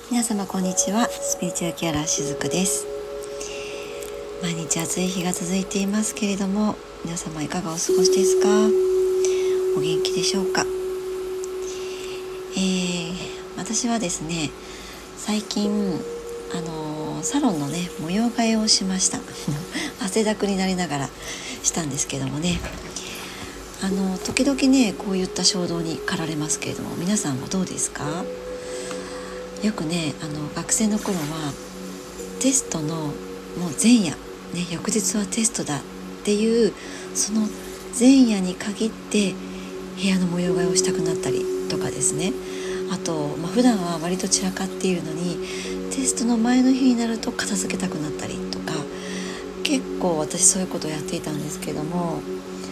皆様こんにちは。スピリチュアルケアラーしずくです。毎日暑い日が続いていますけれども、皆様いかがお過ごしですか？お元気でしょうか？私はですね、最近サロンのね模様替えをしました汗だくになりながらしたんですけどもね、時々ねこういった衝動に駆られますけれども、皆さんはどうですか？よくね学生の頃はテストのもう前夜、翌日はテストだっていうその前夜に限って部屋の模様替えをしたくなったりとかですね。あと、普段は割と散らかっているのにテストの前の日になると片付けたくなったりとか、結構私そういうことをやっていたんですけども、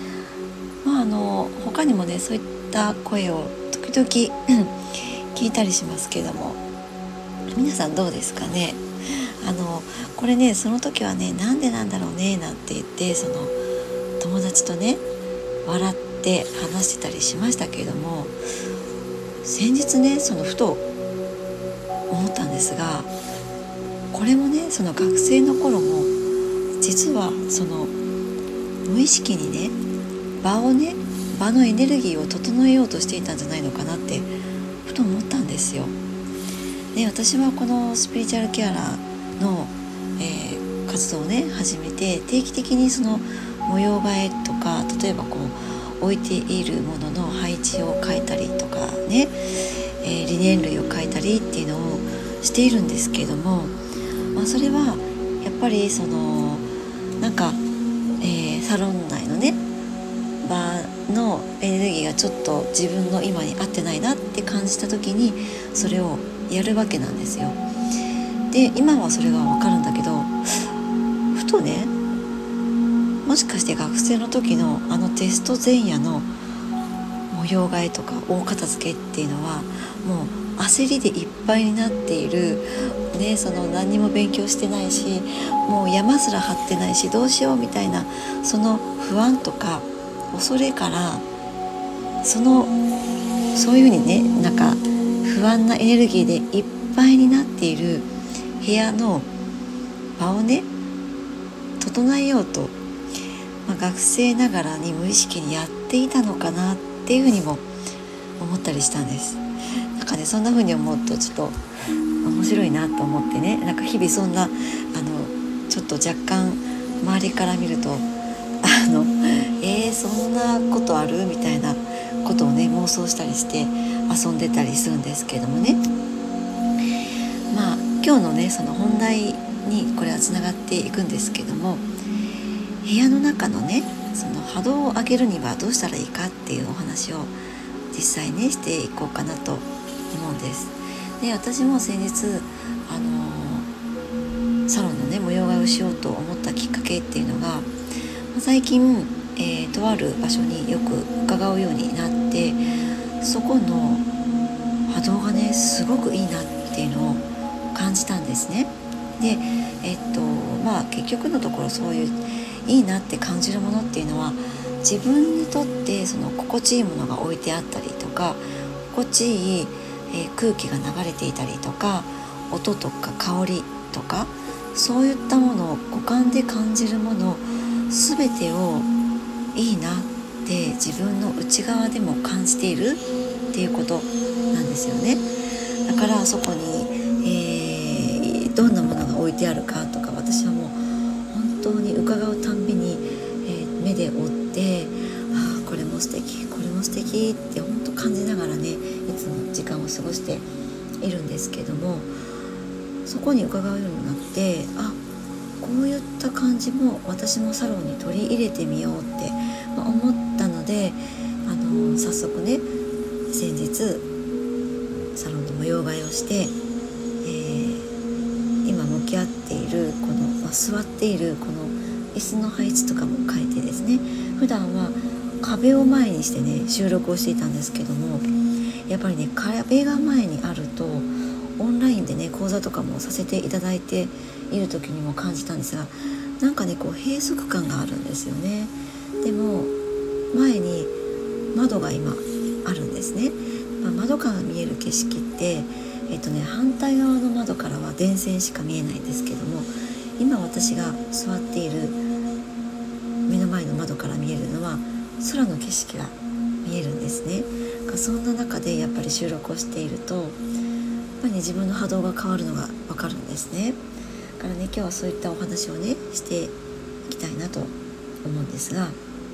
他にもねそういった声を時々聞いたりしますけども、皆さんどうですかね？これね、その時はね、なんでなんだろうねなんて言って、その友達とね笑って話してたりしましたけれども、先日ねそのふと思ったんですが、これもねその学生の頃も実はその無意識にね場のエネルギーを整えようとしていたんじゃないのかなってふと思ったんですよ。で、私はこのスピリチュアルケアラーの、活動をね始めて、定期的にその模様替えとか、例えばこう置いているものの配置を変えたりとかね、理念類を変えたりっていうのをしているんですけれども、それはやっぱりそのサロン内のね場のエネルギーがちょっと自分の今に合ってないなって感じた時にそれをやるわけなんですよ。で、今はそれが分かるんだけど、ふとね、もしかして学生の時のテスト前夜の模様替えとか大片付けっていうのはもう焦りでいっぱいになっている、その何にも勉強してないし、もう山すら張ってないしどうしようみたいな、その不安とか恐れから、そういうふうにね不安なエネルギーでいっぱいになっている部屋の場をね整えようと、学生ながらに無意識にやっていたのかなっていうふうにも思ったりしたんです。そんなふうに思うとちょっと面白いなと思ってね、日々そんなちょっと若干周りから見るとそんなことあるみたいなことをね妄想したりして遊んでたりするんですけどもね、今日のねその本題にこれはつながっていくんですけども、部屋の中のねその波動を上げるにはどうしたらいいかっていうお話を実際ねしていこうかなと思うんです。で、私も先日サロンのね模様替えをしようと思ったきっかけっていうのが、最近、とある場所によく伺うようになって、そこの波動がねすごくいいなっていうのを感じたんですね。で、結局のところそういういいなって感じるものっていうのは自分にとってその心地いいものが置いてあったりとか、心地いい、空気が流れていたりとか、音とか香りとか、そういったものを五感で感じるもの全てをいいなって自分の内側でも感じているっていうことなんですよね。だからそこに、どんなものが置いてあるかとか、私はもう本当に伺うたんびに、目で追って、これも素敵これも素敵って本当感じながらねいつも時間を過ごしているんですけども、そこに伺うようになって、こういった感じも私もサロンに取り入れてみようって、思ったので、早速ね先日サロンの模様替えをして、今向き合っているこの、座っているこの椅子の配置とかも変えてですね、普段は壁を前にしてね収録をしていたんですけども、やっぱりね壁が前にあるとオンラインでね講座とかもさせていただいている時にも感じたんですが、こう閉塞感があるんですよね。でも前に窓が今あるんですね。窓から見える景色って、 反対側の窓からは電線しか見えないんですけども、今私が座っている目の前の窓から見えるのは空の景色が見えるんですね。そんな中でやっぱり収録をしているとやっぱりね、自分の波動が変わるのが分かるんですね。だからね、今日はそういったお話をねしていきたいなと思うんですが、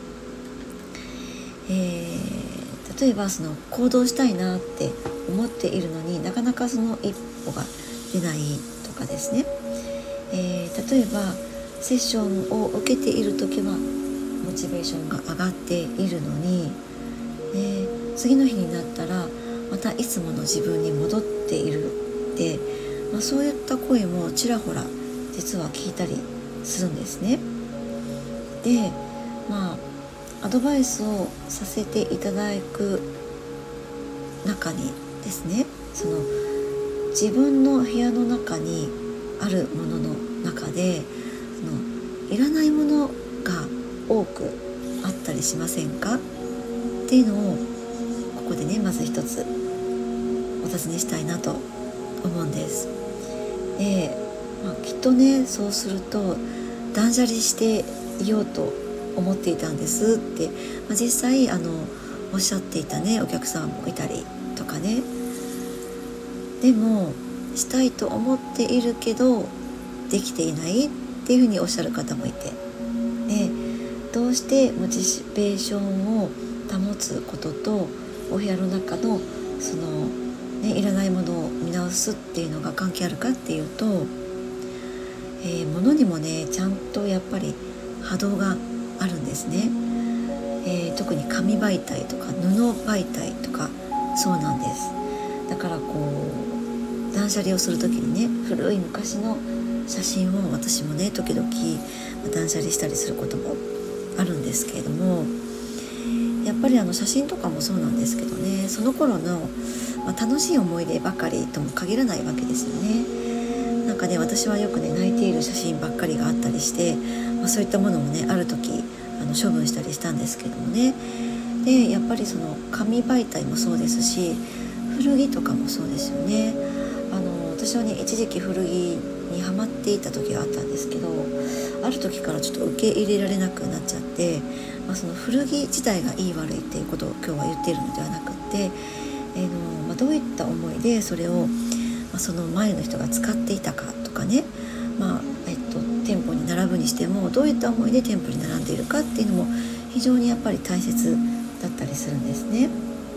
例えばその行動したいなって思っているのになかなかその一歩が出ないとかですね、例えばセッションを受けている時はモチベーションが上がっているのに、次の日になったらまたいつもの自分に戻っているって、そういった声もちらほら実は聞いたりするんですね。で、アドバイスをさせていただく中にですね、その自分の部屋の中にあるものの中でそのいらないものが多くあったりしませんかっていうのをここでね、まず一つお尋ねしたいなと思うんです。で、きっとね、そうすると断捨離していようと思っていたんですって、実際おっしゃっていたねお客さんもいたりとかね。でもしたいと思っているけどできていないっていうふうにおっしゃる方もいて、でどうしてモチベーションを保つこととお部屋の中のその、いらないものを見直すっていうのが関係あるかっていうと、物にもねちゃんとやっぱり波動があるんですね。特に紙媒体とか布媒体とかそうなんです。だから断捨離をする時にね、古い昔の写真を私もね時々断捨離したりすることもあるんですけれども、やっぱり写真とかもそうなんですけどね、その頃の、楽しい思い出ばかりとも限らないわけですよね。なんかね、私はよくね泣いている写真ばっかりがあったりして、そういったものもねある時処分したりしたんですけどもね。でやっぱりその紙媒体もそうですし、古着とかもそうですよね。私はね一時期古着にハマっていた時があったんですけど、ある時からちょっと受け入れられなくなっちゃって、その古着自体がいい悪いっていうことを今日は言っているのではなくって、どういった思いでそれを、その前の人が使っていたかとかね、店舗に並ぶにしてもどういった思いで店舗に並んでいるかっていうのも非常にやっぱり大切だったりするんですね。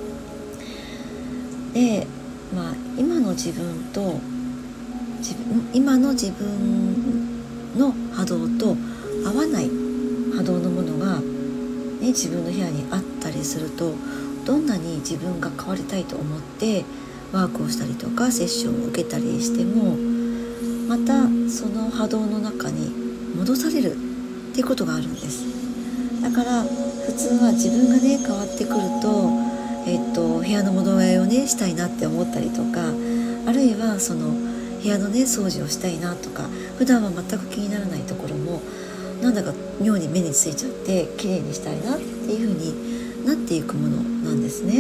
で、今の自分と今の自分の波動と合わない波動のものが、自分の部屋にあったりすると、どんなに自分が変わりたいと思ってワークをしたりとかセッションを受けたりしても、またその波動の中に戻されるっていうことがあるんです。だから普通は自分がね変わってくると、部屋の物替えをねしたいなって思ったりとか、あるいはその部屋のね掃除をしたいなとか、普段は全く気にならないところもなんだか妙に目についちゃって綺麗にしたいなっていう風になっていくものなんですね。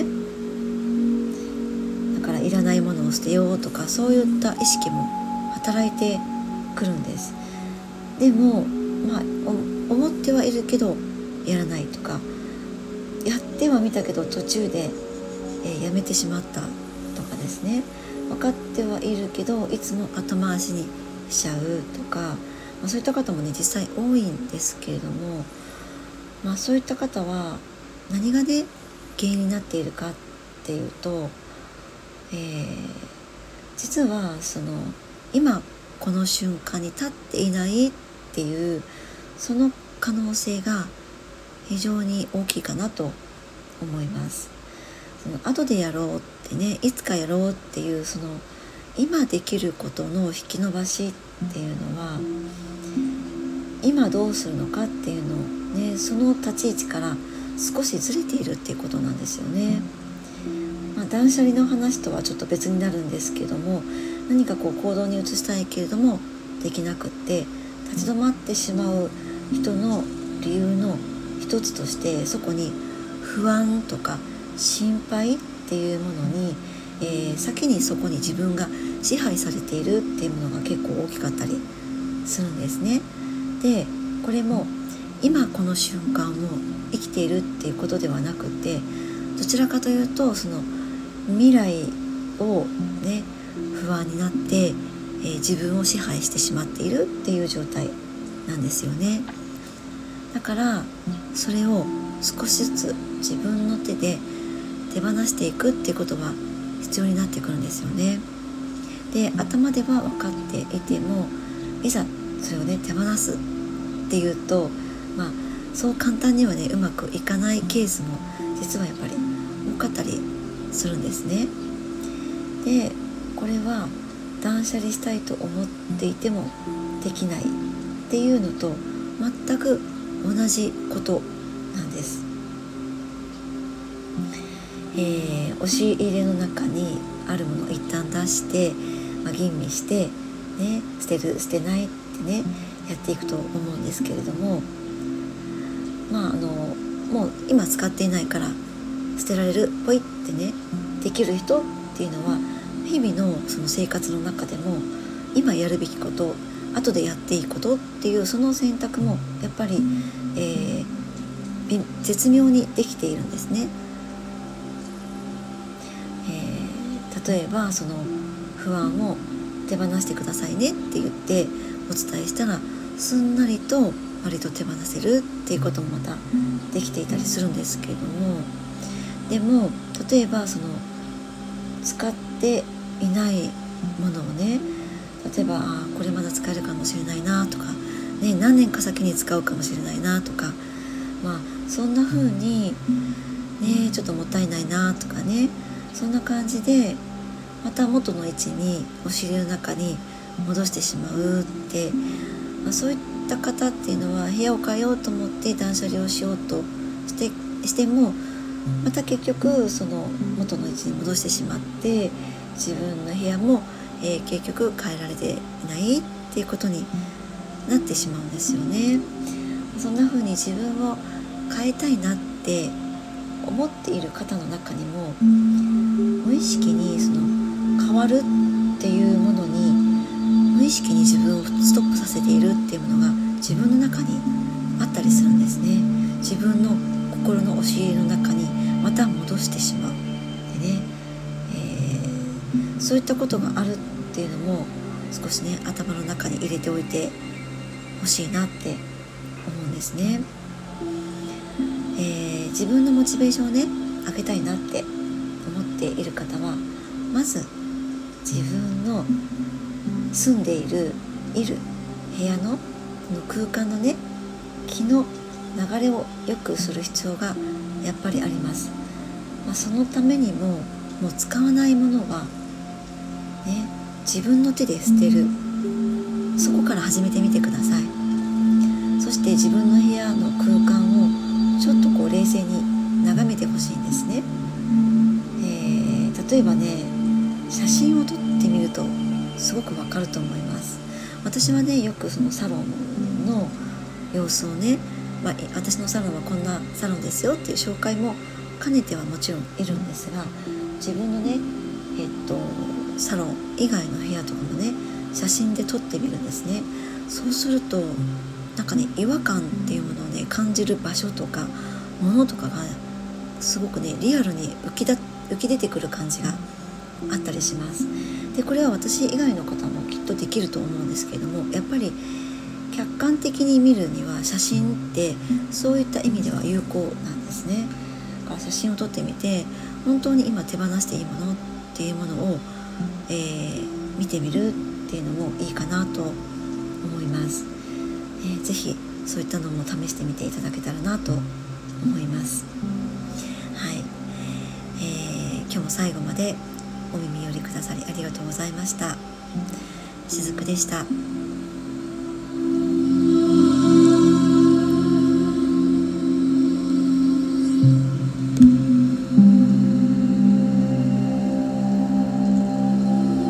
だからいらないものを捨てようとか、そういった意識も働いてくるんです。でも思ってはいるけどやらないとか、やってはみたけど途中で、やめてしまったとかですね、分かってはいるけどいつも後回しにしちゃうとか、そういった方もね実際多いんですけれども、そういった方は何がね原因になっているかっていうと、実はその今この瞬間に立っていないっていうその可能性が非常に大きいかなと思います。その後でやろうってね、いつかやろうっていうその今できることの引き延ばしっていうのは、今どうするのかっていうのをね、その立ち位置から少しずれているっていうことなんですよね。断捨離の話とはちょっと別になるんですけども、何か行動に移したいけれどもできなくって立ち止まってしまう人の理由の一つとして、そこに不安とか心配っていうものに先にそこに自分が支配されているっていうものが結構大きかったりするんですね。でこれも今この瞬間を生きているっていうことではなくて、どちらかというとその未来をね不安になって、自分を支配してしまっているっていう状態なんですよね。だからそれを少しずつ自分の手で手放していくっていうことは必要になってくるんですよね。で頭では分かっていても、いざそれをね手放すっていうと、そう簡単にはねうまくいかないケースも実はやっぱり多かったりするんですね。でこれは断捨離したいと思っていてもできないっていうのと全く同じことなんです。押し入れの中にあるものを一旦出して、吟味して、ね、捨てる捨てないってねやっていくと思うんですけれども、もう今使っていないから捨てられるポイってねできる人っていうのは日々のその生活の中でも今やるべきこと、後でやっていいことっていうその選択もやっぱり、絶妙にできているんですね。例えばその不安を手放してくださいねって言ってお伝えしたら、すんなりと割と手放せるっていうこともまたできていたりするんですけれども、でも例えばその使っていないものをね、例えばこれまだ使えるかもしれないなとか、ね、何年か先に使うかもしれないなとか、そんな風にねちょっともったいないなとかね、そんな感じでまた元の位置にお尻の中に戻してしまうって、そういった方っていうのは部屋を変えようと思って断捨離をしようとしてもまた結局その元の位置に戻してしまって自分の部屋も、結局変えられていないっていうことになってしまうんですよね。そんな風に自分を変えたいなって思っている方の中にも無意識にその変わるっていうものに無意識に自分をストップさせているっていうものが自分の中にあったりするんですね。自分の心の押し入れの中にまた戻してしまうでね、そういったことがあるっていうのも少しね頭の中に入れておいてほしいなって思うんですね。自分のモチベーションをね上げたいなって思っている方は、まず自分の住んでいる部屋のこの空間のね気の流れを良くする必要がやっぱりあります。そのためにもう使わないものはね自分の手で捨てる、そこから始めてみてください。そして自分の部屋の空間をちょっと冷静に眺めてほしいんですね。例えばね写真を撮ってみるとすごくわかると思います。私はねよくそのサロンの様子をね、私のサロンはこんなサロンですよっていう紹介も兼ねてはもちろんいるんですが、自分のねサロン以外の部屋とかもね写真で撮ってみるんですね。そうすると違和感っていうものをね感じる場所とかものとかがすごくねリアルに浮き出てくる感じがあったりします。でこれは私以外の方もきっとできると思うんですけれども、やっぱり客観的に見るには写真ってそういった意味では有効なんですね。だから写真を撮ってみて本当に今手放していいものっていうものを、見てみるっていうのもいいかなと思います。ぜひそういったのも試してみていただけたらなと思います。はい、今日も最後までお耳寄りくださりありがとうございました。しずくでした。